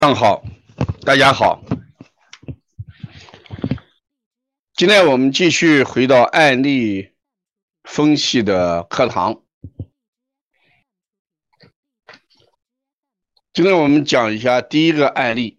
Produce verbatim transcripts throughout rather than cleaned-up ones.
上好，大家好。今天我们继续回到案例分析的课堂。今天我们讲一下第一个案例。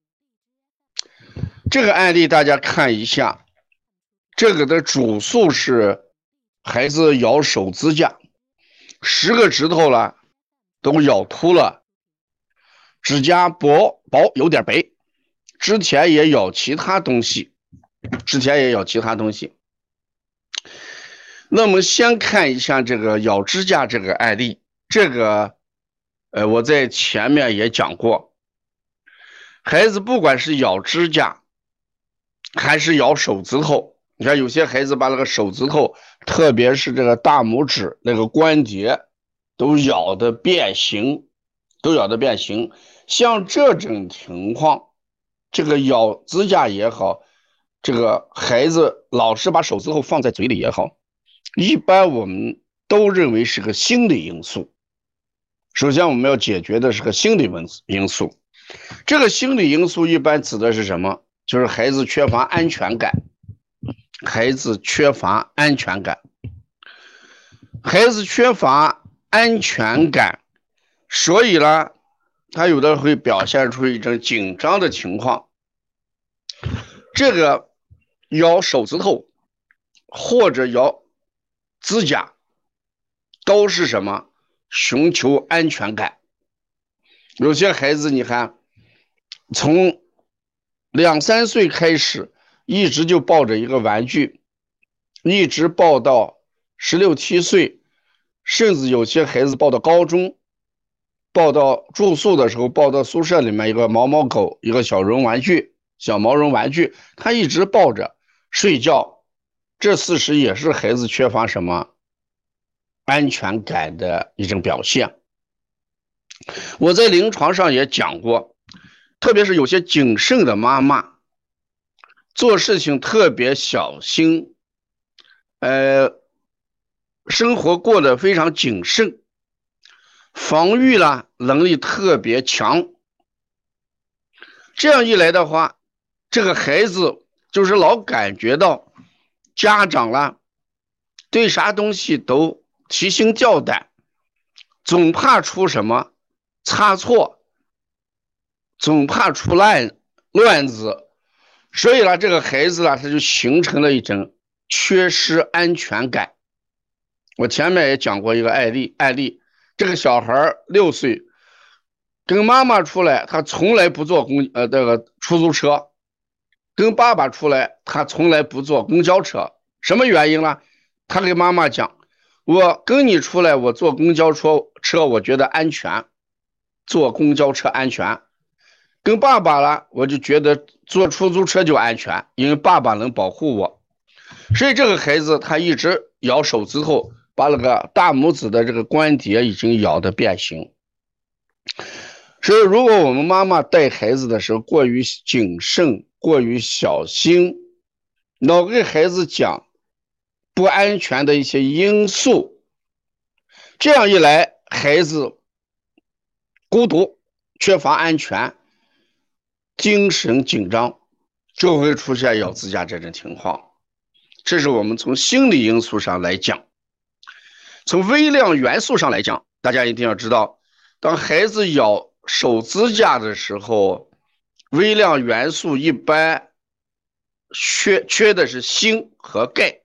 这个案例大家看一下，这个的主诉是孩子咬手指甲，十个指头了都咬秃了，指甲薄薄有点白，之前也咬其他东西，之前也咬其他东西。那我们先看一下这个咬指甲这个案例，这个呃我在前面也讲过，孩子不管是咬指甲还是咬手指头，你看有些孩子把那个手指头，特别是这个大拇指那个关节都咬得变形，都咬得变形。像这种情况，这个咬指甲也好，这个孩子老是把手指头放在嘴里也好，一般我们都认为是个心理因素。首先我们要解决的是个心理因素，这个心理因素一般指的是什么？就是孩子缺乏安全感，孩子缺乏安全感，孩子缺乏安全感，所以呢，他有的会表现出一种紧张的情况。这个咬手指头或者咬指甲都是什么？寻求安全感。有些孩子你看，从两三岁开始一直就抱着一个玩具，一直抱到十六七岁，甚至有些孩子抱到高中，抱到住宿的时候抱到宿舍里面一个毛毛狗，一个小绒玩具，小毛绒玩具，他一直抱着睡觉，这事实也是孩子缺乏什么安全感的一种表现。我在临床上也讲过，特别是有些谨慎的妈妈，做事情特别小心，呃，生活过得非常谨慎，防御啦能力特别强。这样一来的话，这个孩子就是老感觉到家长啦对啥东西都提心吊胆，总怕出什么差错，总怕出乱乱子，所以呢，这个孩子呢，他就形成了一种缺失安全感。我前面也讲过一个案例，案例这个小孩六岁，跟妈妈出来，他从来不坐公呃这个出租车，跟爸爸出来，他从来不坐公交车。什么原因呢？他跟妈妈讲，我跟你出来，我坐公交车车我觉得安全，坐公交车安全。跟爸爸了，我就觉得坐出租车就安全，因为爸爸能保护我。所以这个孩子他一直咬手指头，把那个大拇指的这个关节已经咬得变形。所以如果我们妈妈带孩子的时候过于谨慎，过于小心，老给孩子讲不安全的一些因素，这样一来，孩子孤独，缺乏安全，精神紧张，就会出现咬指甲这种情况。这是我们从心理因素上来讲。从微量元素上来讲，大家一定要知道，当孩子咬手指甲的时候，微量元素一般缺缺的是锌和钙。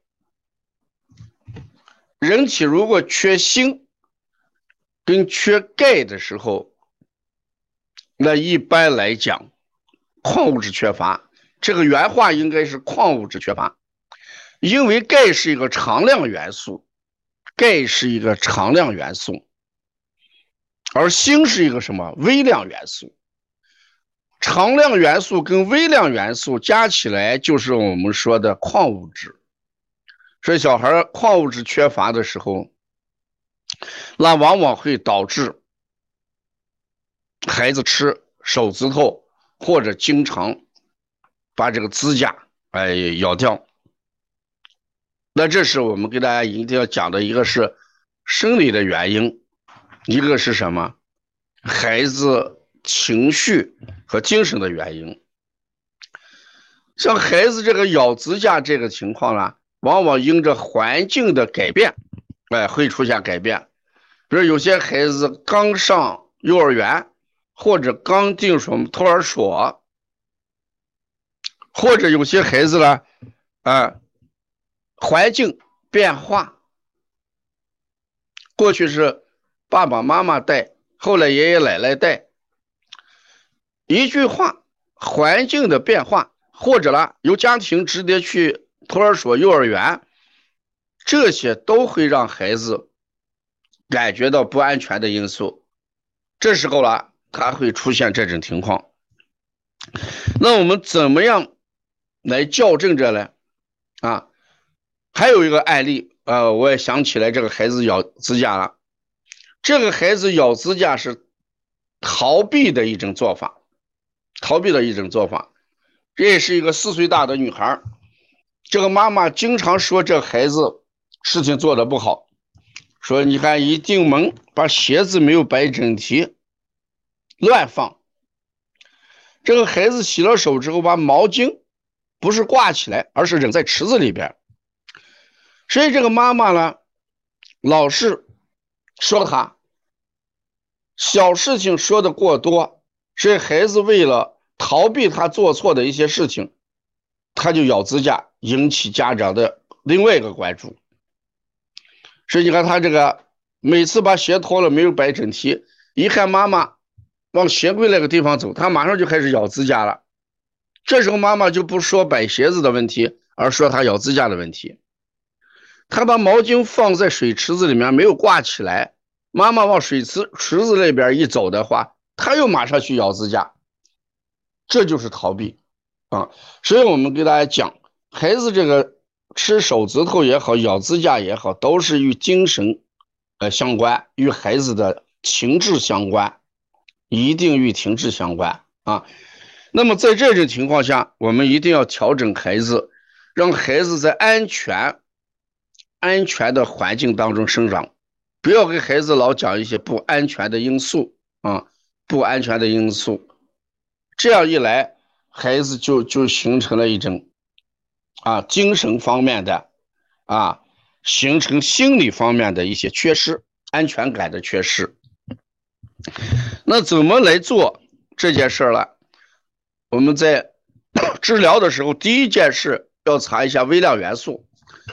人体如果缺锌跟缺钙的时候，那一般来讲矿物质缺乏，这个原话应该是矿物质缺乏，因为钙是一个常量元素，钙是一个常量元素，而锌是一个什么微量元素。常量元素跟微量元素加起来就是我们说的矿物质。所以小孩矿物质缺乏的时候，那往往会导致孩子吃手指头，或者经常把这个指甲哎咬掉。那这是我们给大家一定要讲的，一个是生理的原因，一个是什么？孩子情绪和精神的原因。像孩子这个咬指甲这个情况呢，往往因着环境的改变，哎，会出现改变。比如有些孩子刚上幼儿园，或者刚进什么托儿所，或者有些孩子呢，啊，环境变化，过去是爸爸妈妈带，后来爷爷奶奶带。一句话，环境的变化，或者呢，由家庭直接去托儿所、幼儿园，这些都会让孩子感觉到不安全的因素。这时候呢，他会出现这种情况。那我们怎么样来校正这呢？啊，还有一个案例，呃，我也想起来这个孩子咬指甲了。这个孩子咬指甲是逃避的一种做法，逃避的一种做法。这也是一个四岁大的女孩，这个妈妈经常说这孩子事情做得不好，说你看一进门把鞋子没有摆整齐，乱放。这个孩子洗了手之后，把毛巾不是挂起来，而是扔在池子里边。所以这个妈妈呢，老是说他小事情说的过多，所以孩子为了逃避他做错的一些事情，他就咬指甲，引起家长的另外一个关注。所以你看他这个每次把鞋脱了没有摆整齐，一看妈妈往鞋柜那个地方走，他马上就开始咬指甲了。这时候妈妈就不说摆鞋子的问题，而说他咬指甲的问题。他把毛巾放在水池子里面没有挂起来，妈妈往水池池子那边一走的话，他又马上去咬指甲，这就是逃避啊。所以我们给大家讲，孩子这个吃手指头也好，咬指甲也好，都是与精神呃相关，与孩子的情志相关，一定与情志相关啊。那么在这种情况下，我们一定要调整孩子，让孩子在安全安全的环境当中生长，不要给孩子老讲一些不安全的因素啊，不安全的因素。这样一来，孩子就就形成了一种啊精神方面的啊，形成心理方面的一些缺失，安全感的缺失。那怎么来做这件事了？我们在治疗的时候，第一件事要查一下微量元素。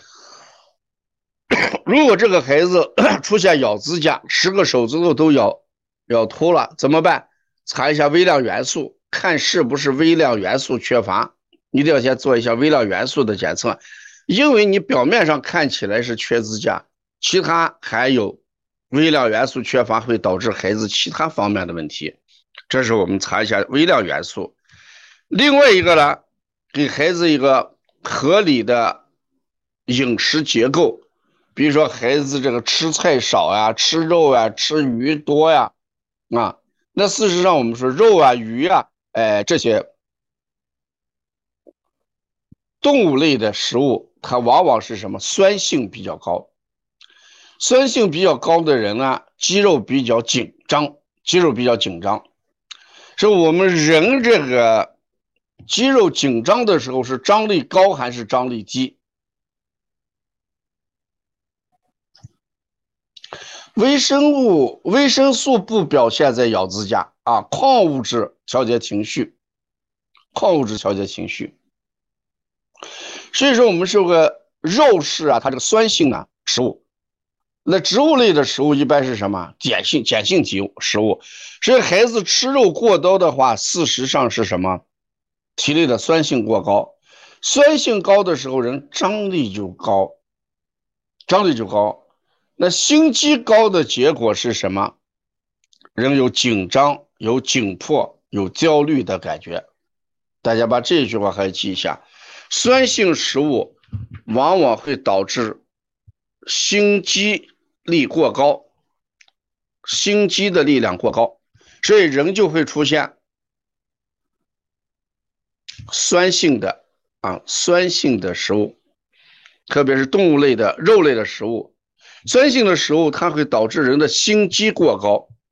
如果这个孩子出现咬指甲，十个手指头都咬咬秃了，怎么办？查一下微量元素，看是不是微量元素缺乏。一定要先做一下微量元素的检测，因为你表面上看起来是缺指甲，其他还有微量元素缺乏会导致孩子其他方面的问题。这时候我们查一下微量元素。另外一个呢，给孩子一个合理的饮食结构，比如说孩子这个吃菜少呀，吃肉呀，吃鱼多呀，啊，那事实上我们说肉啊、鱼啊，哎，这些动物类的食物，它往往是什么？酸性比较高。酸性比较高的人呢，肌肉比较紧张，肌肉比较紧张。所以我们人这个肌肉紧张的时候是张力高还是张力低？微生物、维生素不表现在咬指甲啊，矿物质调节情绪，矿物质调节情绪。所以说我们是个肉食啊，它这个酸性的食物。那植物类的食物一般是什么？碱性碱性体食物。所以孩子吃肉过多的话，事实上是什么？体内的酸性过高。酸性高的时候，人张力就高，张力就高。那心肌高的结果是什么？人有紧张、有紧迫、有焦虑的感觉。大家把这句话还记一下。酸性食物往往会导致心肌力过高，心肌的力量过高，所以人就会出现酸性的啊酸性的食物，特别是动物类的肉类的食物。酸性的食物它会导致人的心肌过高，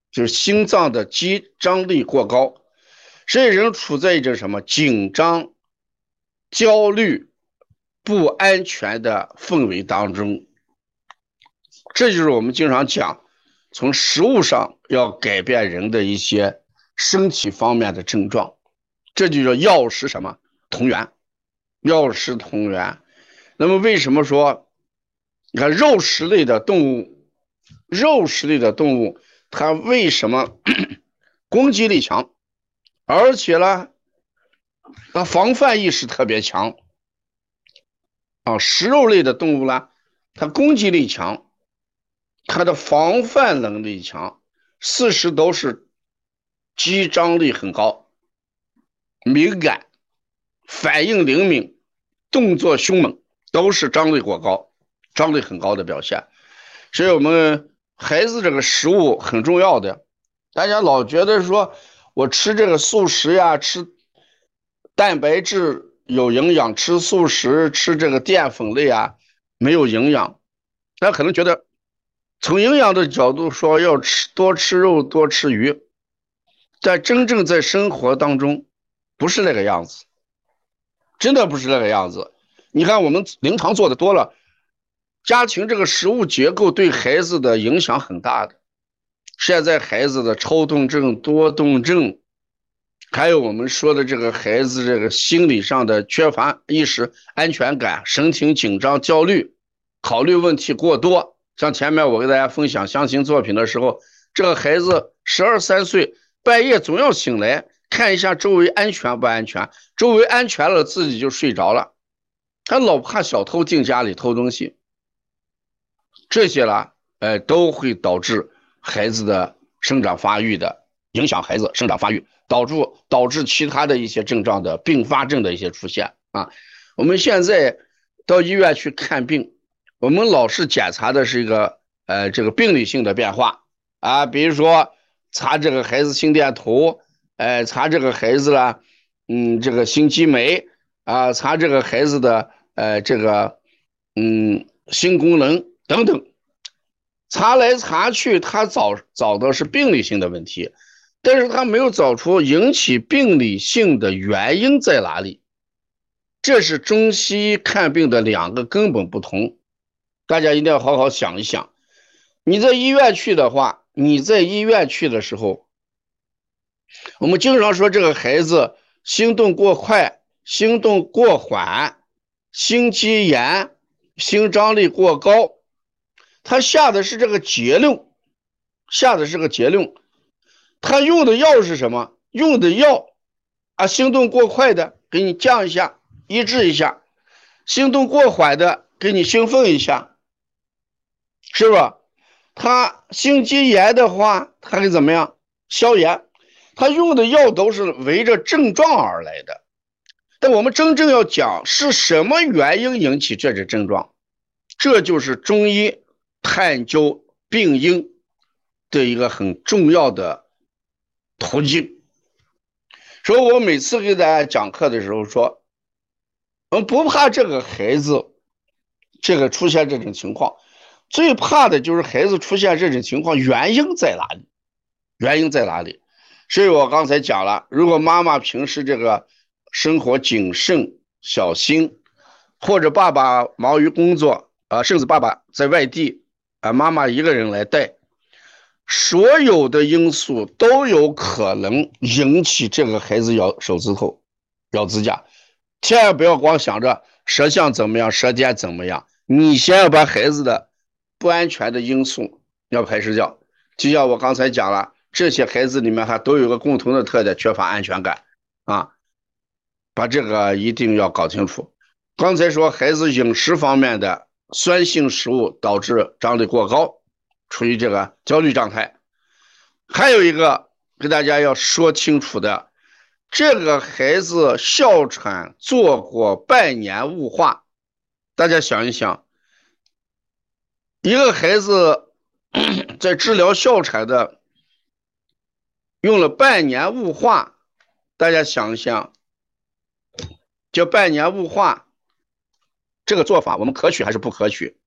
就是心脏的肌张力过高，所以人处在一种什么紧张、焦虑、不安全的氛围当中。这就是我们经常讲，从食物上要改变人的一些身体方面的症状，这就叫药食什么同源，药食同源。那么为什么说，你看肉食类的动物，肉食类的动物，它为什么攻击力强，而且呢，它防范意识特别强啊？食肉类的动物呢，它攻击力强，它的防范能力强，四十都是肌张力很高，敏感，反应灵敏，动作凶猛，都是张力过高，张力很高的表现。所以我们孩子这个食物很重要的，大家老觉得说我吃这个素食呀，吃蛋白质有营养，吃素食吃这个淀粉类啊没有营养，大家可能觉得从营养的角度说要吃多吃肉多吃鱼，但真正在生活当中不是那个样子，真的不是那个样子。你看我们临床做的多了，家庭这个食物结构对孩子的影响很大的。现在孩子的超动症、多动症，还有我们说的这个孩子这个心理上的缺乏意识、安全感、神情紧张、焦虑，考虑问题过多。像前面我给大家分享相亲作品的时候，这个孩子十二三岁，半夜总要醒来看一下周围安全不安全，周围安全了自己就睡着了，他老怕小偷进家里偷东西，这些啦，呃，都会导致孩子的生长发育的影响，孩子生长发育，导致导致其他的一些症状的并发症的一些出现啊。我们现在到医院去看病，我们老是检查的是一个呃这个病理性的变化啊，比如说查这个孩子心电图，呃，查这个孩子啦，嗯，这个心肌酶啊，查这个孩子的呃这个嗯心功能等等。查来查去，他找找的是病理性的问题，但是他没有找出引起病理性的原因在哪里。这是中西医看病的两个根本不同，大家一定要好好想一想。你在医院去的话，你在医院去的时候，我们经常说这个孩子心动过快、心动过缓、心肌炎、心张力过高，他下的是这个结论，下的是个结论。他用的药是什么？用的药啊，心动过快的给你降一下，抑制一下；心动过缓的给你兴奋一下，是吧？他心肌炎的话，他给怎么样？消炎。他用的药都是围着症状而来的。但我们真正要讲是什么原因引起这种症状，这就是中医探究病因的一个很重要的途径。所以我每次给大家讲课的时候说，我们不怕这个孩子这个出现这种情况，最怕的就是孩子出现这种情况原因在哪里？原因在哪里？所以我刚才讲了，如果妈妈平时这个生活谨慎小心，或者爸爸忙于工作啊、呃，甚至爸爸在外地啊、呃，妈妈一个人来带，所有的因素都有可能引起这个孩子咬手指头、咬指甲。千万不要光想着舌象怎么样、舌尖怎么样，你先要把孩子的不安全的因素要排除掉。就像我刚才讲了，这些孩子里面还都有个共同的特点，缺乏安全感啊，把这个一定要搞清楚。刚才说孩子饮食方面的酸性食物导致张力过高，处于这个焦虑状态。还有一个给大家要说清楚的，这个孩子哮喘做过半年雾化，大家想一想，一个孩子在治疗哮喘的用了半年雾化，大家想一想，这半年雾化这个做法我们可取还是不可取？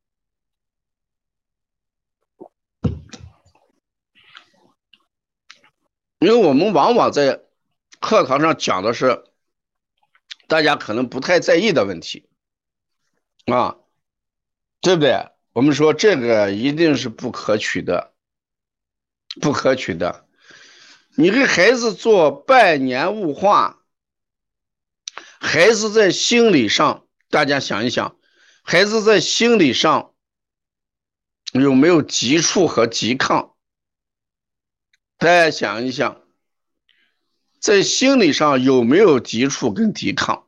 因为我们往往在课堂上讲的是大家可能不太在意的问题啊，对不对？我们说这个一定是不可取的，不可取的。你给孩子做拜年物化，孩子在心理上，大家想一想，孩子在心理上有没有抵触和抵抗？大家想一想，在心理上有没有抵触跟抵抗？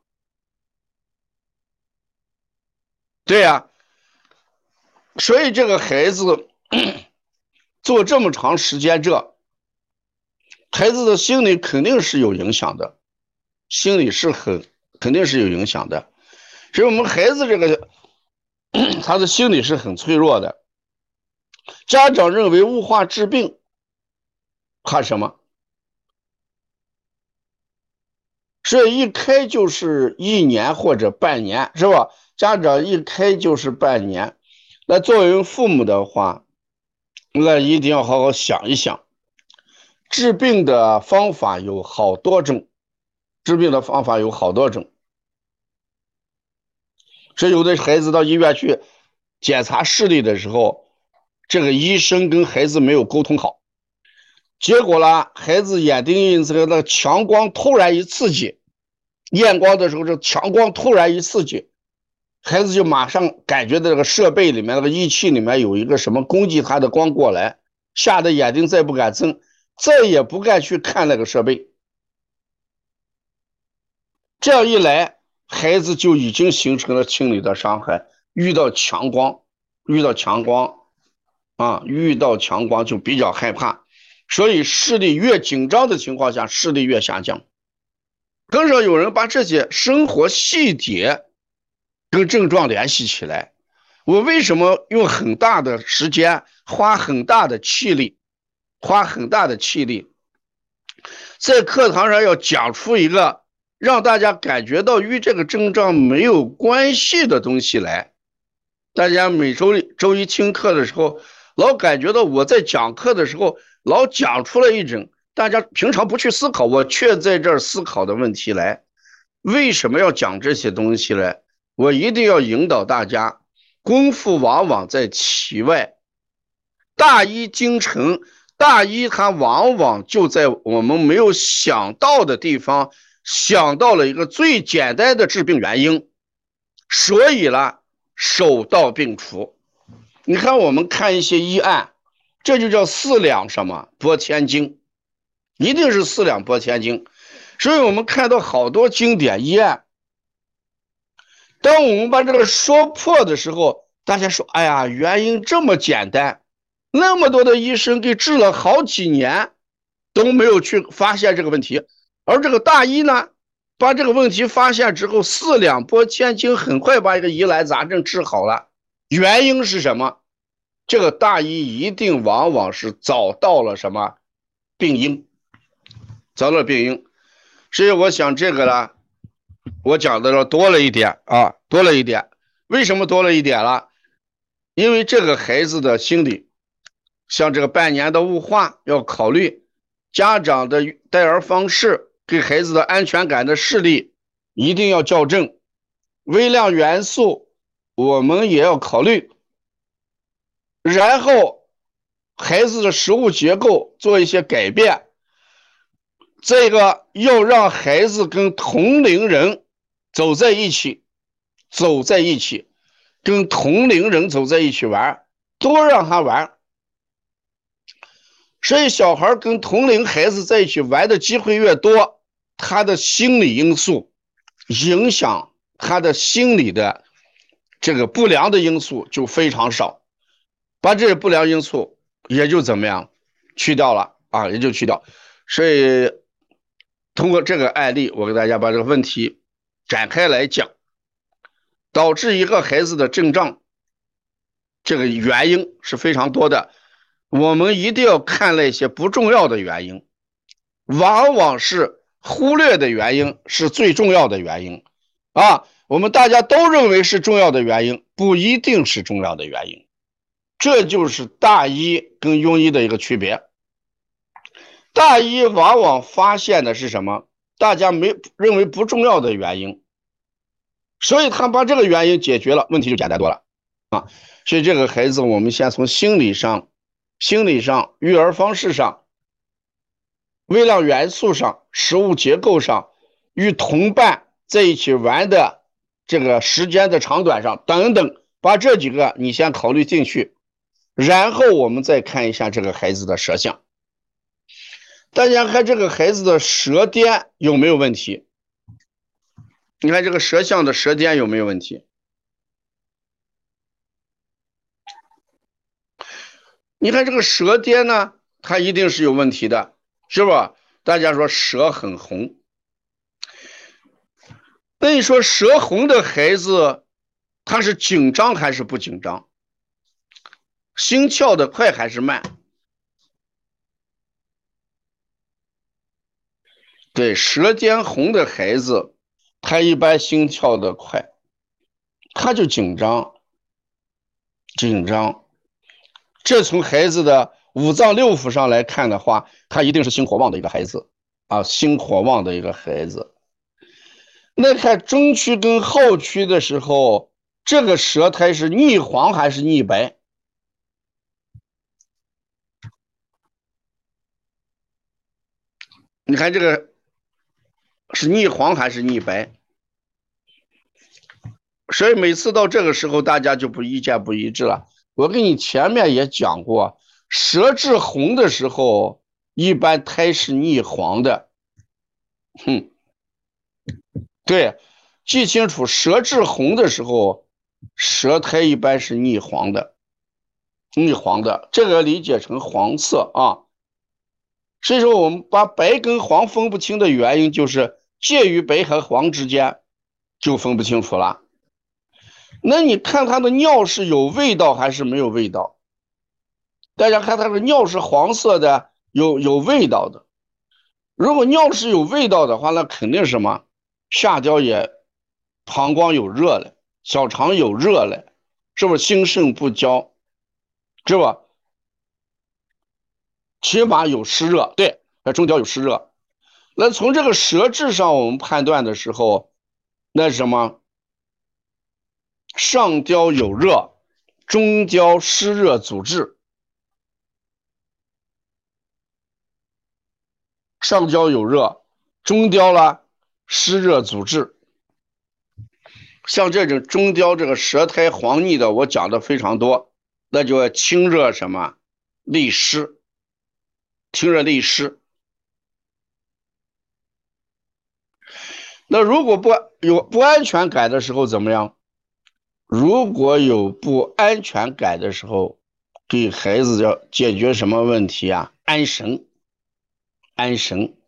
对呀，所以这个孩子做这么长时间这，孩子的心理肯定是有影响的，心理是很肯定是有影响的。所以我们孩子这个他的心理是很脆弱的。家长认为物化治病，怕什么？所以一开就是一年或者半年，是吧？家长一开就是半年，那作为父母的话，那一定要好好想一想，治病的方法有好多种，治病的方法有好多种。所以有的孩子到医院去检查视力的时候，这个医生跟孩子没有沟通好，结果呢，孩子眼睛因这个那个强光突然一刺激，验光的时候这强光突然一刺激，孩子就马上感觉到这个设备里面那个仪器里面有一个什么攻击他的光过来，吓得眼睛再不敢睁，再也不敢去看那个设备。这样一来，孩子就已经形成了心理的伤害。遇到强光，遇到强光啊，遇到强光就比较害怕，所以视力越紧张的情况下，视力越下降。很少有人把这些生活细节跟症状联系起来。我为什么用很大的时间，花很大的气力，花很大的气力，在课堂上要讲出一个让大家感觉到与这个症状没有关系的东西来？大家每周周一听课的时候，老感觉到我在讲课的时候老讲出了一种大家平常不去思考，我却在这儿思考的问题来。为什么要讲这些东西呢？我一定要引导大家，功夫往往在其外，大医精诚，大医它往往就在我们没有想到的地方想到了一个最简单的治病原因，所以呢手到病除。你看我们看一些医案，这就叫四两什么拨千斤，一定是四两拨千斤。所以我们看到好多经典医案，当我们把这个说破的时候，大家说哎呀，原因这么简单，那么多的医生给治了好几年都没有去发现这个问题，而这个大医呢把这个问题发现之后，四两拨千斤，很快把一个疑难杂症治好了。原因是什么？这个大医一定往往是找到了什么病因，找到了病因。所以我想这个呢，我讲的多了一点啊，多了一点。为什么多了一点了？因为这个孩子的心理，像这个半年的物化要考虑，家长的带儿方式给孩子的安全感的视力一定要校正，微量元素我们也要考虑，然后孩子的食物结构做一些改变。这个要让孩子跟同龄人走在一起，走在一起，跟同龄人走在一起玩，多让他玩。所以小孩跟同龄孩子在一起玩的机会越多，他的心理因素影响他的心理的这个不良的因素就非常少，把这些不良因素也就怎么样去掉了啊，也就去掉。所以通过这个案例，我给大家把这个问题展开来讲，导致一个孩子的症状，这个原因是非常多的。我们一定要看那些不重要的原因，往往是忽略的原因是最重要的原因啊。我们大家都认为是重要的原因，不一定是重要的原因。这就是大医跟庸医的一个区别。 大医往往发现的是什么？大家没认为不重要的原因，所以他把这个原因解决了，问题就简单多了啊。所以这个孩子，我们先从心理上、心理上、育儿方式上、微量元素上、食物结构上、与同伴在一起玩的这个时间的长短上等等，把这几个你先考虑进去，然后我们再看一下这个孩子的舌象。大家看这个孩子的舌颠有没有问题？你看这个舌象的舌颠有没有问题？你看这个舌颠呢，它一定是有问题的，是吧？大家说舌很红，那你说舌红的孩子，他是紧张还是不紧张？心跳的快还是慢？对，舌尖红的孩子，他一般心跳的快，他就紧张，紧张。这从孩子的五脏六腑上来看的话，他一定是心火旺的一个孩子啊，心火旺的一个孩子。那看中区跟后区的时候，这个舌苔是腻黄还是腻白？你看这个是腻黄还是腻白？所以每次到这个时候，大家就不意见不一致了。我跟你前面也讲过，舌质红的时候，一般苔是腻黄的。哼，对，记清楚，舌质红的时候，舌苔一般是腻黄的，腻黄的，这个理解成黄色啊。所以说，我们把白跟黄分不清的原因，就是介于白和黄之间，就分不清楚了。那你看它的尿是有味道还是没有味道？大家看它的尿是黄色的，有有味道的。如果尿是有味道的话，那肯定是什么？下焦也，膀胱有热了，小肠有热了，是不是心肾不交？是吧？起码有湿热，对，那中焦有湿热。那从这个舌质上我们判断的时候，那是什么？上焦有热，中焦湿热阻滞。上焦有热，中焦呢湿热阻滞。像这种中焦这个舌苔黄腻的，我讲的非常多，那就要清热什么利湿，清热利湿。那如果不有不安全感的时候怎么样？如果有不安全感的时候，给孩子要解决什么问题啊？安神，安神。